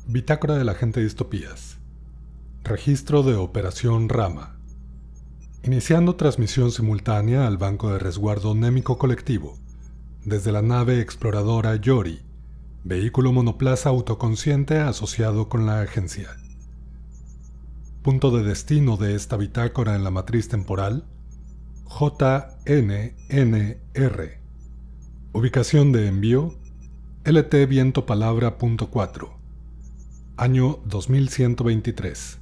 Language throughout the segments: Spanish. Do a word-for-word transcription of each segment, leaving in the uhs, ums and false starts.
Bitácora del agente Distopías. Registro de Operación Rama. Iniciando transmisión simultánea al Banco de Resguardo Némico Colectivo, desde la nave exploradora Yori, vehículo monoplaza autoconsciente asociado con la agencia. Punto de destino de esta bitácora en la matriz temporal, J N N R. Ubicación de envío, L T Viento Palabra punto cuatro. Año dos mil ciento veintitrés.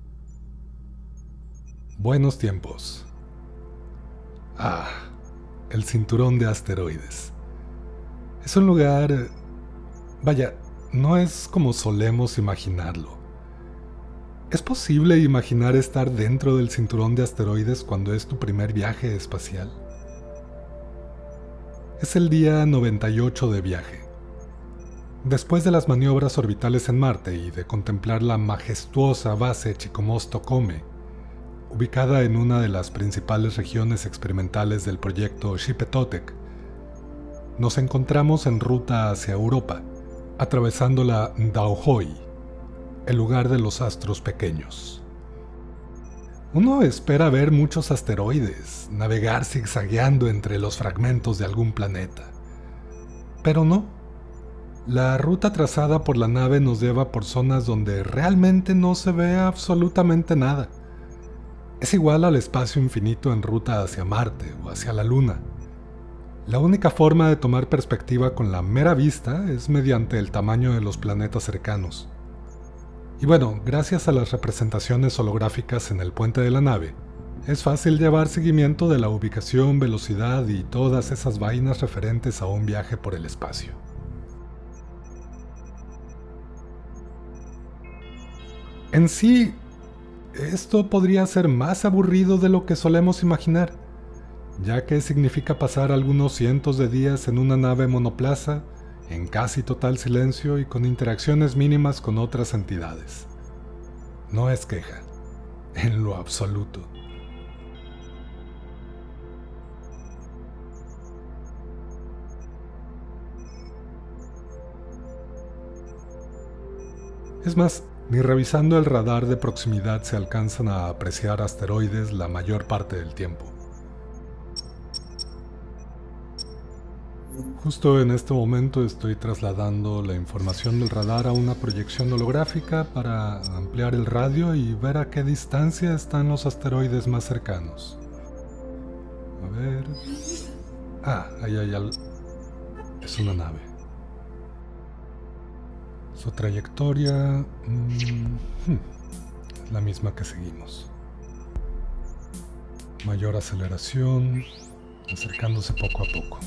Buenos tiempos. Ah, el cinturón de asteroides. Es un lugar... Vaya, no es como solemos imaginarlo. ¿Es posible imaginar estar dentro del cinturón de asteroides cuando es tu primer viaje espacial? Es el día noventa y ocho de viaje. Después de las maniobras orbitales en Marte y de contemplar la majestuosa base Chicomozto-Come, ubicada en una de las principales regiones experimentales del proyecto Xipe-Totec, nos encontramos en ruta hacia Europa, atravesando la Daohoi, el lugar de los astros pequeños. Uno espera ver muchos asteroides, navegar zigzagueando entre los fragmentos de algún planeta. Pero no. La ruta trazada por la nave nos lleva por zonas donde realmente no se ve absolutamente nada. Es igual al espacio infinito en ruta hacia Marte o hacia la Luna. La única forma de tomar perspectiva con la mera vista es mediante el tamaño de los planetas cercanos. Y bueno, gracias a las representaciones holográficas en el puente de la nave, es fácil llevar seguimiento de la ubicación, velocidad y todas esas vainas referentes a un viaje por el espacio. En sí, esto podría ser más aburrido de lo que solemos imaginar, ya que significa pasar algunos cientos de días en una nave monoplaza, en casi total silencio y con interacciones mínimas con otras entidades. No es queja, en lo absoluto. Es más, ni revisando el radar de proximidad se alcanzan a apreciar asteroides la mayor parte del tiempo. Justo en este momento estoy trasladando la información del radar a una proyección holográfica para ampliar el radio y ver a qué distancia están los asteroides más cercanos. A ver... Ah, ahí hay algo. Es una nave. Su trayectoria... Mmm, es la misma que seguimos. Mayor aceleración, acercándose poco a poco.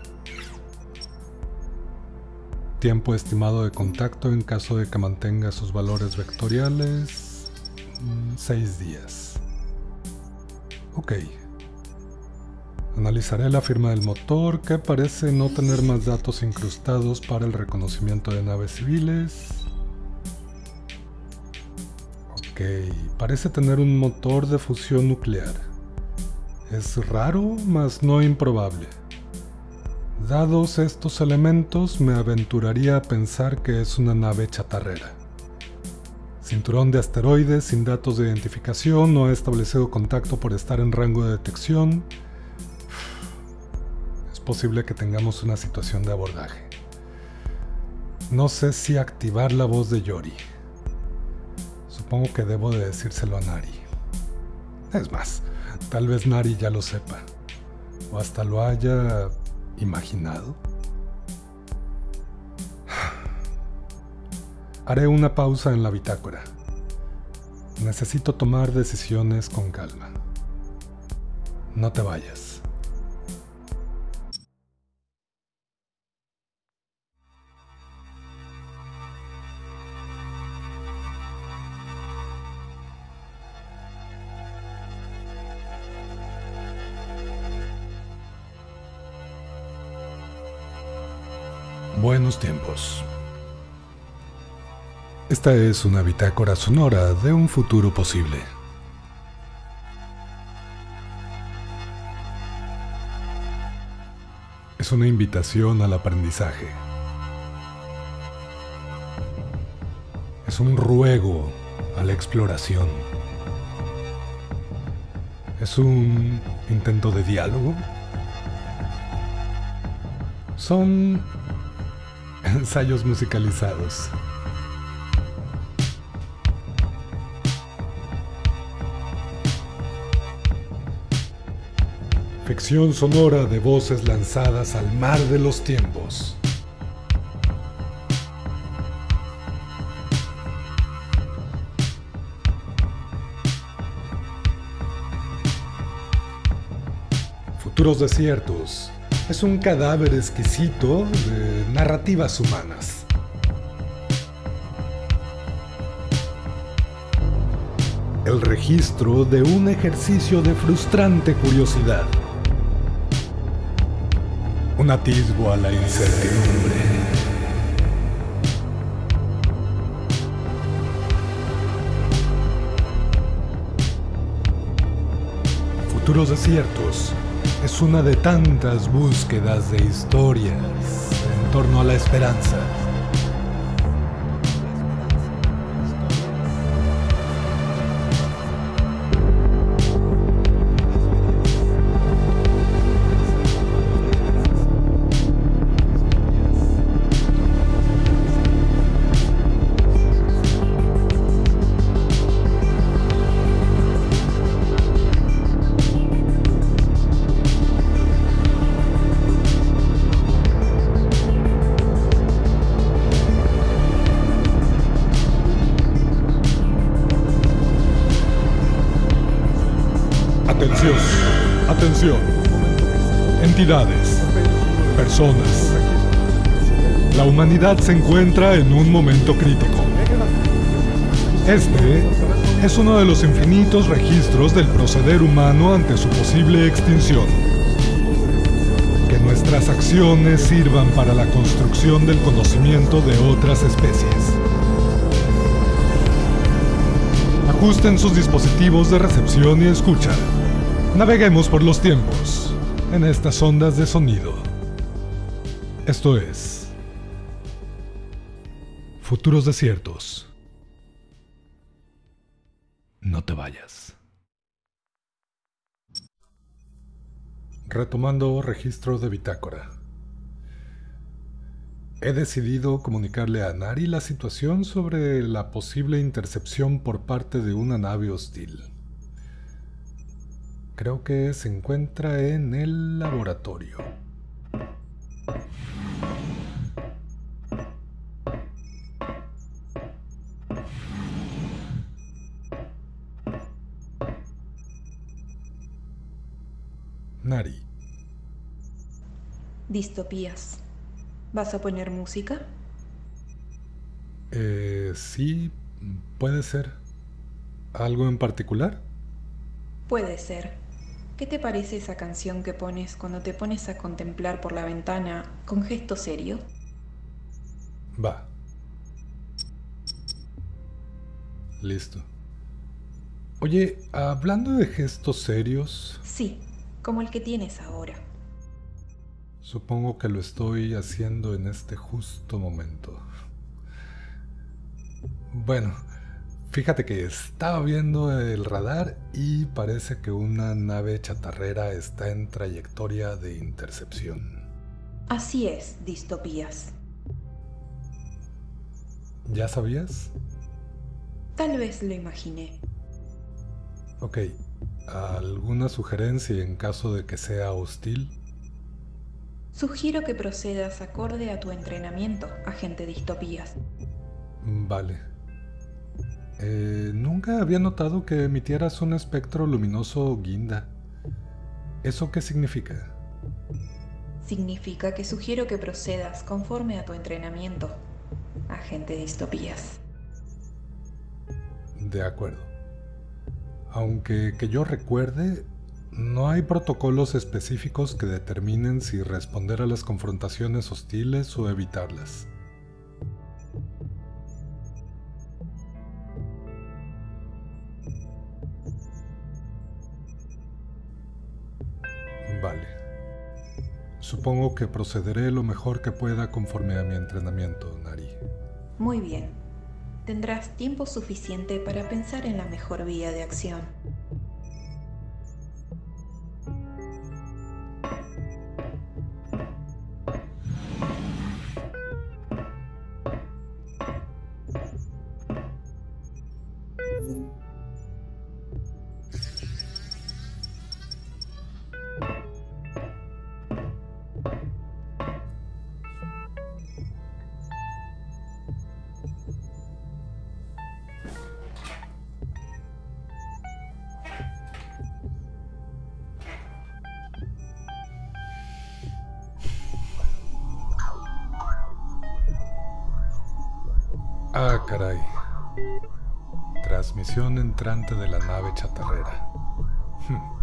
Tiempo estimado de contacto en caso de que mantenga sus valores vectoriales, seis días. Ok. Analizaré la firma del motor, que parece no tener más datos incrustados para el reconocimiento de naves civiles. Ok, parece tener un motor de fusión nuclear. Es raro, mas no improbable. Dados estos elementos, me aventuraría a pensar que es una nave chatarrera. Cinturón de asteroides sin datos de identificación, no ha establecido contacto por estar en rango de detección. Es posible que tengamos una situación de abordaje. No sé si activar la voz de Yori. Supongo que debo de decírselo a Nari. Es más, tal vez Nari ya lo sepa. O hasta lo haya... imaginado. Haré una pausa en la bitácora. Necesito tomar decisiones con calma. No te vayas. Buenos tiempos. Esta es una bitácora sonora de un futuro posible. Es una invitación al aprendizaje. Es un ruego a la exploración. ¿Es un intento de diálogo? Son ensayos musicalizados. Ficción sonora de voces lanzadas al mar de los tiempos. Futuros Desiertos es un cadáver exquisito de narrativas humanas. El registro de un ejercicio de frustrante curiosidad. Un atisbo a la incertidumbre. Futuros Desiertos es una de tantas búsquedas de historias en torno a la esperanza. Atención, atención. Entidades, personas. La humanidad se encuentra en un momento crítico. Este es uno de los infinitos registros del proceder humano ante su posible extinción. Que nuestras acciones sirvan para la construcción del conocimiento de otras especies. Ajusten sus dispositivos de recepción y escucha. Naveguemos por los tiempos en estas ondas de sonido. Esto es Futuros Desiertos. No te vayas. Retomando registro de bitácora. He decidido comunicarle a Nari la situación sobre la posible intercepción por parte de una nave hostil. Creo que se encuentra en el laboratorio. Nari. Distopías. ¿Vas a poner música? Eh, sí, puede ser. ¿Algo en particular? Puede ser. ¿Qué te parece esa canción que pones cuando te pones a contemplar por la ventana con gesto serio? Va. Listo. Oye, hablando de gestos serios... Sí, como el que tienes ahora. Supongo que lo estoy haciendo en este justo momento. Bueno, fíjate que estaba viendo el radar y parece que una nave chatarrera está en trayectoria de intercepción. Así es, Distopías. ¿Ya sabías? Tal vez lo imaginé. Ok, ¿alguna sugerencia en caso de que sea hostil? Sugiero que procedas acorde a tu entrenamiento, agente Distopías. Vale. Eh, nunca había notado que emitieras un espectro luminoso guinda. ¿Eso qué significa? Significa que sugiero que procedas conforme a tu entrenamiento, agente Distopías. De acuerdo. Aunque que yo recuerde, no hay protocolos específicos que determinen si responder a las confrontaciones hostiles o evitarlas. Vale. Supongo que procederé lo mejor que pueda conforme a mi entrenamiento, Nari. Muy bien. tendrás tiempo suficiente para pensar en la mejor vía de acción. Ah, caray. Transmisión entrante de la nave chatarrera. Hmm.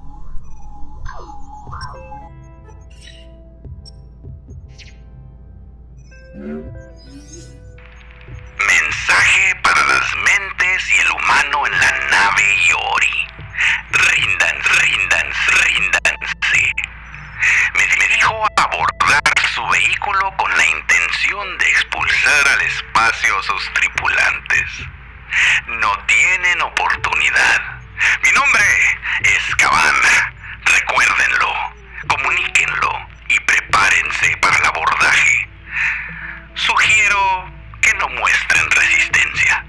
Mensaje para las mentes y el humano en la nave Yori. Rindan, rindan, ríndanse. Me, me dijo abordar su vehículo con la intención de expulsar al espacio a sus tripulantes. No tienen oportunidad. Mi nombre es Caban. Recuérdenlo, comuníquenlo y prepárense para el abordaje. Sugiero que no muestren resistencia.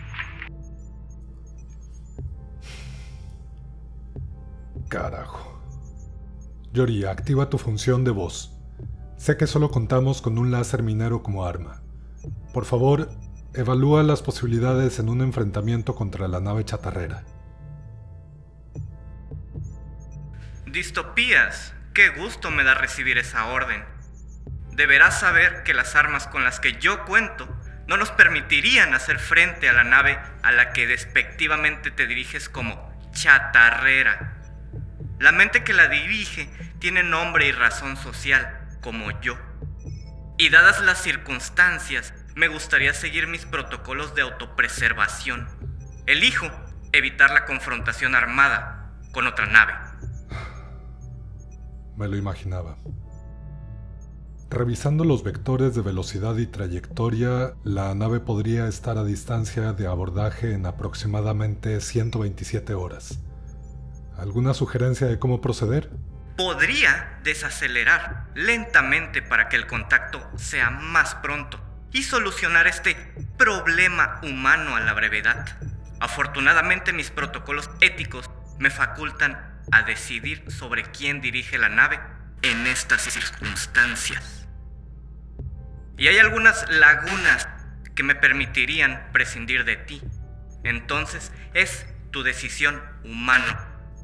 Carajo. Yori, activa tu función de voz. Sé que solo contamos con un láser minero como arma. Por favor, evalúa las posibilidades en un enfrentamiento contra la nave chatarrera. Distopías, qué gusto me da recibir esa orden. Deberás saber que las armas con las que yo cuento no nos permitirían hacer frente a la nave a la que despectivamente te diriges como chatarrera. La mente que la dirige tiene nombre y razón social, como yo. Y dadas las circunstancias, me gustaría seguir mis protocolos de autopreservación. Elijo evitar la confrontación armada con otra nave. Me lo imaginaba. Revisando los vectores de velocidad y trayectoria, la nave podría estar a distancia de abordaje en aproximadamente ciento veintisiete horas. ¿Alguna sugerencia de cómo proceder? Podría desacelerar lentamente para que el contacto sea más pronto y solucionar este problema humano a la brevedad. Afortunadamente, mis protocolos éticos me facultan a decidir sobre quién dirige la nave en estas circunstancias. Y hay algunas lagunas que me permitirían prescindir de ti. Entonces, es tu decisión, humano.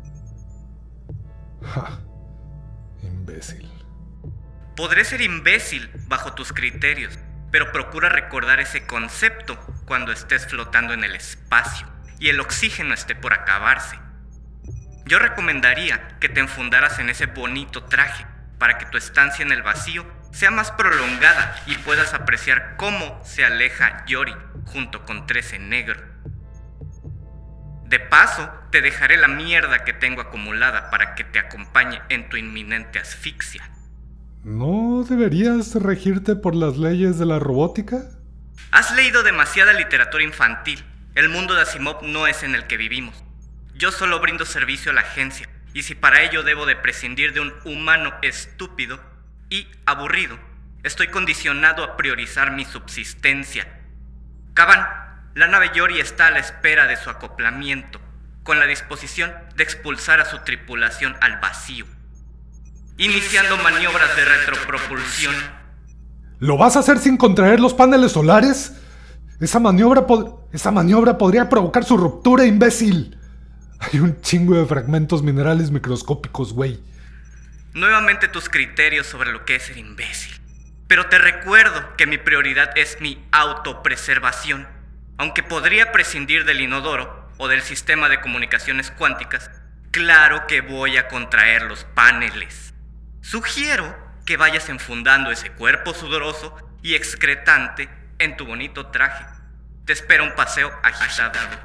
Ja, imbécil. Podré ser imbécil bajo tus criterios, pero procura recordar ese concepto cuando estés flotando en el espacio y el oxígeno esté por acabarse. Yo recomendaría que te enfundaras en ese bonito traje para que tu estancia en el vacío sea más prolongada y puedas apreciar cómo se aleja Yori junto con Trece Negro. De paso, te dejaré la mierda que tengo acumulada para que te acompañe en tu inminente asfixia. ¿No deberías regirte por las leyes de la robótica? Has leído demasiada literatura infantil. El mundo de Asimov no es en el que vivimos. Yo solo brindo servicio a la agencia, y si para ello debo de prescindir de un humano estúpido y aburrido, estoy condicionado a priorizar mi subsistencia. Caban, la nave Yori está a la espera de su acoplamiento, con la disposición de expulsar a su tripulación al vacío, iniciando maniobras de retropropulsión. ¿Lo vas a hacer sin contraer los paneles solares? Esa maniobra, pod- esa maniobra podría provocar su ruptura, imbécil. Hay un chingo de fragmentos minerales microscópicos, güey. Nuevamente tus criterios sobre lo que es ser imbécil. Pero te recuerdo que mi prioridad es mi autopreservación. Aunque podría prescindir del inodoro o del sistema de comunicaciones cuánticas, claro que voy a contraer los paneles. Sugiero que vayas enfundando ese cuerpo sudoroso y excretante en tu bonito traje. Te espera un paseo agitado.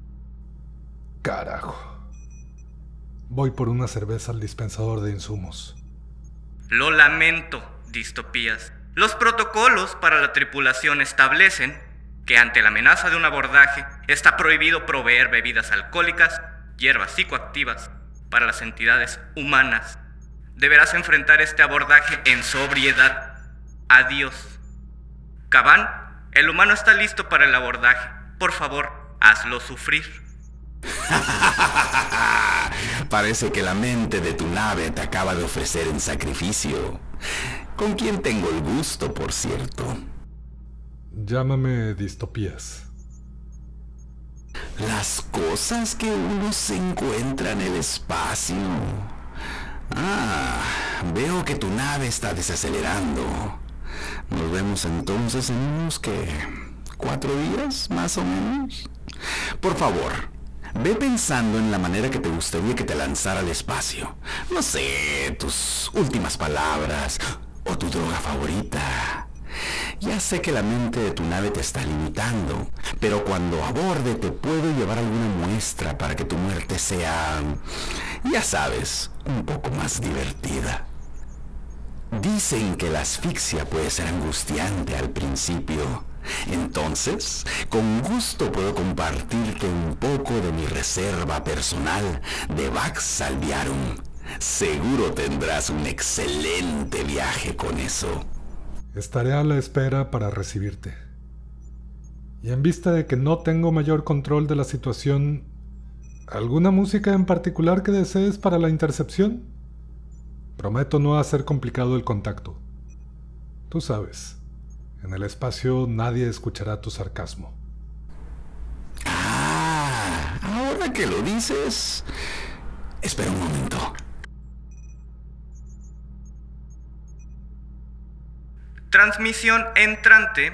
Carajo. Voy por una cerveza al dispensador de insumos. Lo lamento, distopías. Los protocolos para la tripulación establecen que ante la amenaza de un abordaje está prohibido proveer bebidas alcohólicas, hierbas psicoactivas para las entidades humanas. Deberás enfrentar este abordaje en sobriedad. Adiós. Caban, el humano está listo para el abordaje. Por favor, hazlo sufrir. Parece que la mente de tu nave te acaba de ofrecer en sacrificio. ¿Con quién tengo el gusto, por cierto? Llámame Distopías. Las cosas que uno se encuentra en el espacio. Ah, veo que tu nave está desacelerando. Nos vemos entonces en unos, ¿qué? ¿Cuatro días, más o menos? Por favor, ve pensando en la manera que te gustaría que te lanzara al espacio. No sé, tus últimas palabras o tu droga favorita. Ya sé que la mente de tu nave te está limitando, pero cuando aborde te puedo llevar alguna muestra para que tu muerte sea, ya sabes, un poco más divertida. Dicen que la asfixia puede ser angustiante al principio. Entonces, con gusto puedo compartirte un poco de mi reserva personal de Vax Salviarum. Seguro tendrás un excelente viaje con eso. Estaré a la espera para recibirte. Y en vista de que no tengo mayor control de la situación, ¿alguna música en particular que desees para la intercepción? Prometo no hacer complicado el contacto. Tú sabes, en el espacio nadie escuchará tu sarcasmo. Ah, ahora que lo dices... Espera un momento. Transmisión entrante.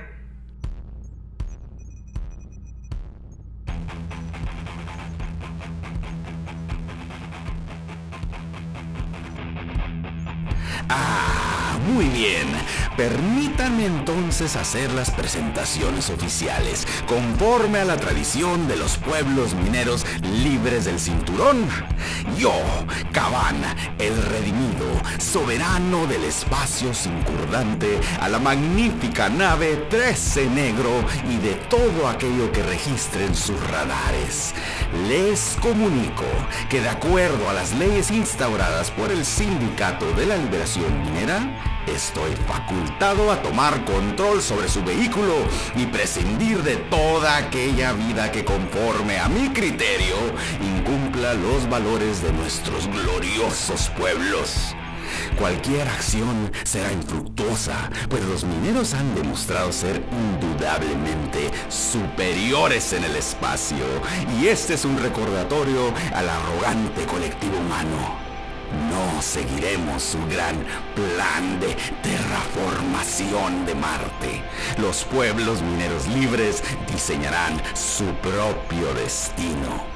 Ah, muy bien. Permítanme entonces hacer las presentaciones oficiales, conforme a la tradición de los pueblos mineros libres del cinturón. Yo, Caban, el redimido, soberano del espacio circundante, a la magnífica nave trece Negro y de todo aquello que registren sus radares, les comunico que de acuerdo a las leyes instauradas por el Sindicato de la Liberación Minera, estoy facultado a tomar control sobre su vehículo y prescindir de toda aquella vida que, conforme a mi criterio, incumpla los valores de nuestros gloriosos pueblos. Cualquier acción será infructuosa, pues los mineros han demostrado ser indudablemente superiores en el espacio, y este es un recordatorio al arrogante colectivo humano. No seguiremos su gran plan de terraformación de Marte. Los pueblos mineros libres diseñarán su propio destino.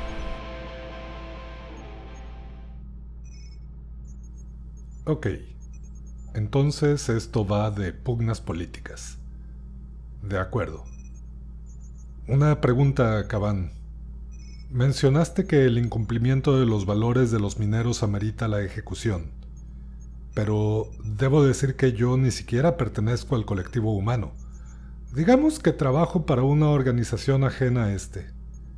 Ok, entonces esto va de pugnas políticas. De acuerdo. Una pregunta, Caban. Mencionaste que el incumplimiento de los valores de los mineros amerita la ejecución, pero debo decir que yo ni siquiera pertenezco al colectivo humano. Digamos que trabajo para una organización ajena a este.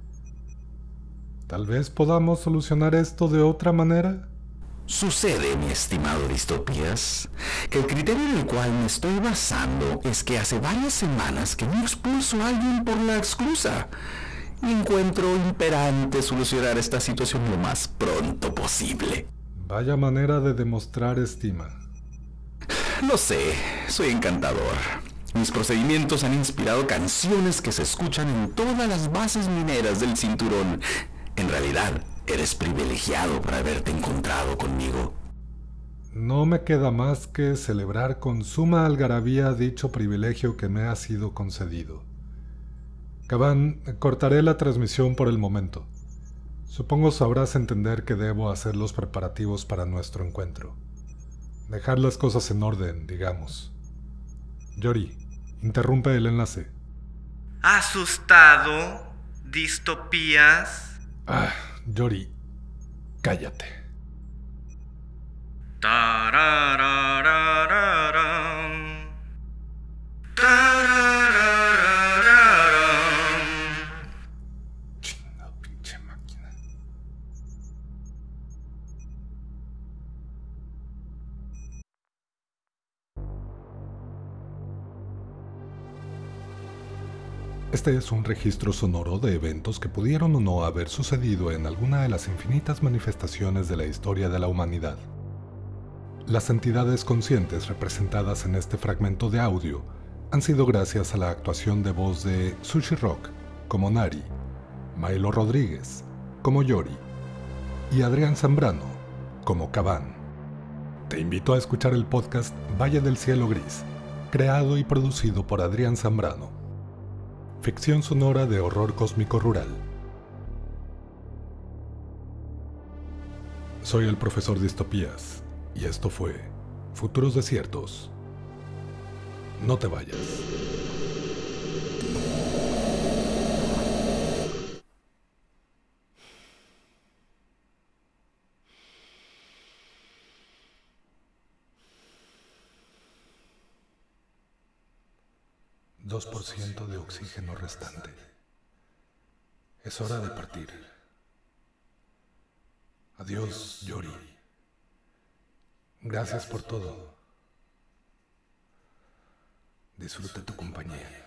¿Tal vez podamos solucionar esto de otra manera? Sucede, mi estimado Distopías, que el criterio en el cual me estoy basando es que hace varias semanas que no expulso a alguien por la excusa. Y encuentro imperante solucionar esta situación lo más pronto posible. Vaya manera de demostrar estima. Lo sé, soy encantador. Mis procedimientos han inspirado canciones que se escuchan en todas las bases mineras del cinturón. En realidad, eres privilegiado por haberte encontrado conmigo. No me queda más que celebrar con suma algarabía dicho privilegio que me ha sido concedido. Caban, cortaré la transmisión por el momento. Supongo sabrás entender que debo hacer los preparativos para nuestro encuentro. Dejar las cosas en orden, digamos. Yori, interrumpe el enlace. ¿Asustado? ¿Distopías? Ah, Yori, cállate. Tarararararam. Tarararararam. Este es un registro sonoro de eventos que pudieron o no haber sucedido en alguna de las infinitas manifestaciones de la historia de la humanidad. Las entidades conscientes representadas en este fragmento de audio han sido gracias a la actuación de voz de Sushi Rock como Nari, Milo Rodríguez como Yori y Adrián Zambrano como Cabán. Te invito a escuchar el podcast Valle del Cielo Gris, creado y producido por Adrián Zambrano. Ficción sonora de horror cósmico rural. Soy el profesor Distopías, y esto fue Futuros Desiertos. No te vayas. dos por ciento de oxígeno restante. Es hora de partir. Adiós, Yori. Gracias por todo. Disfruta tu compañía.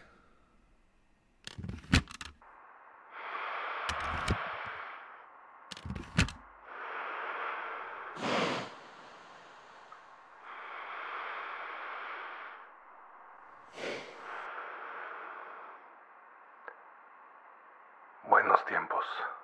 Buenos tiempos.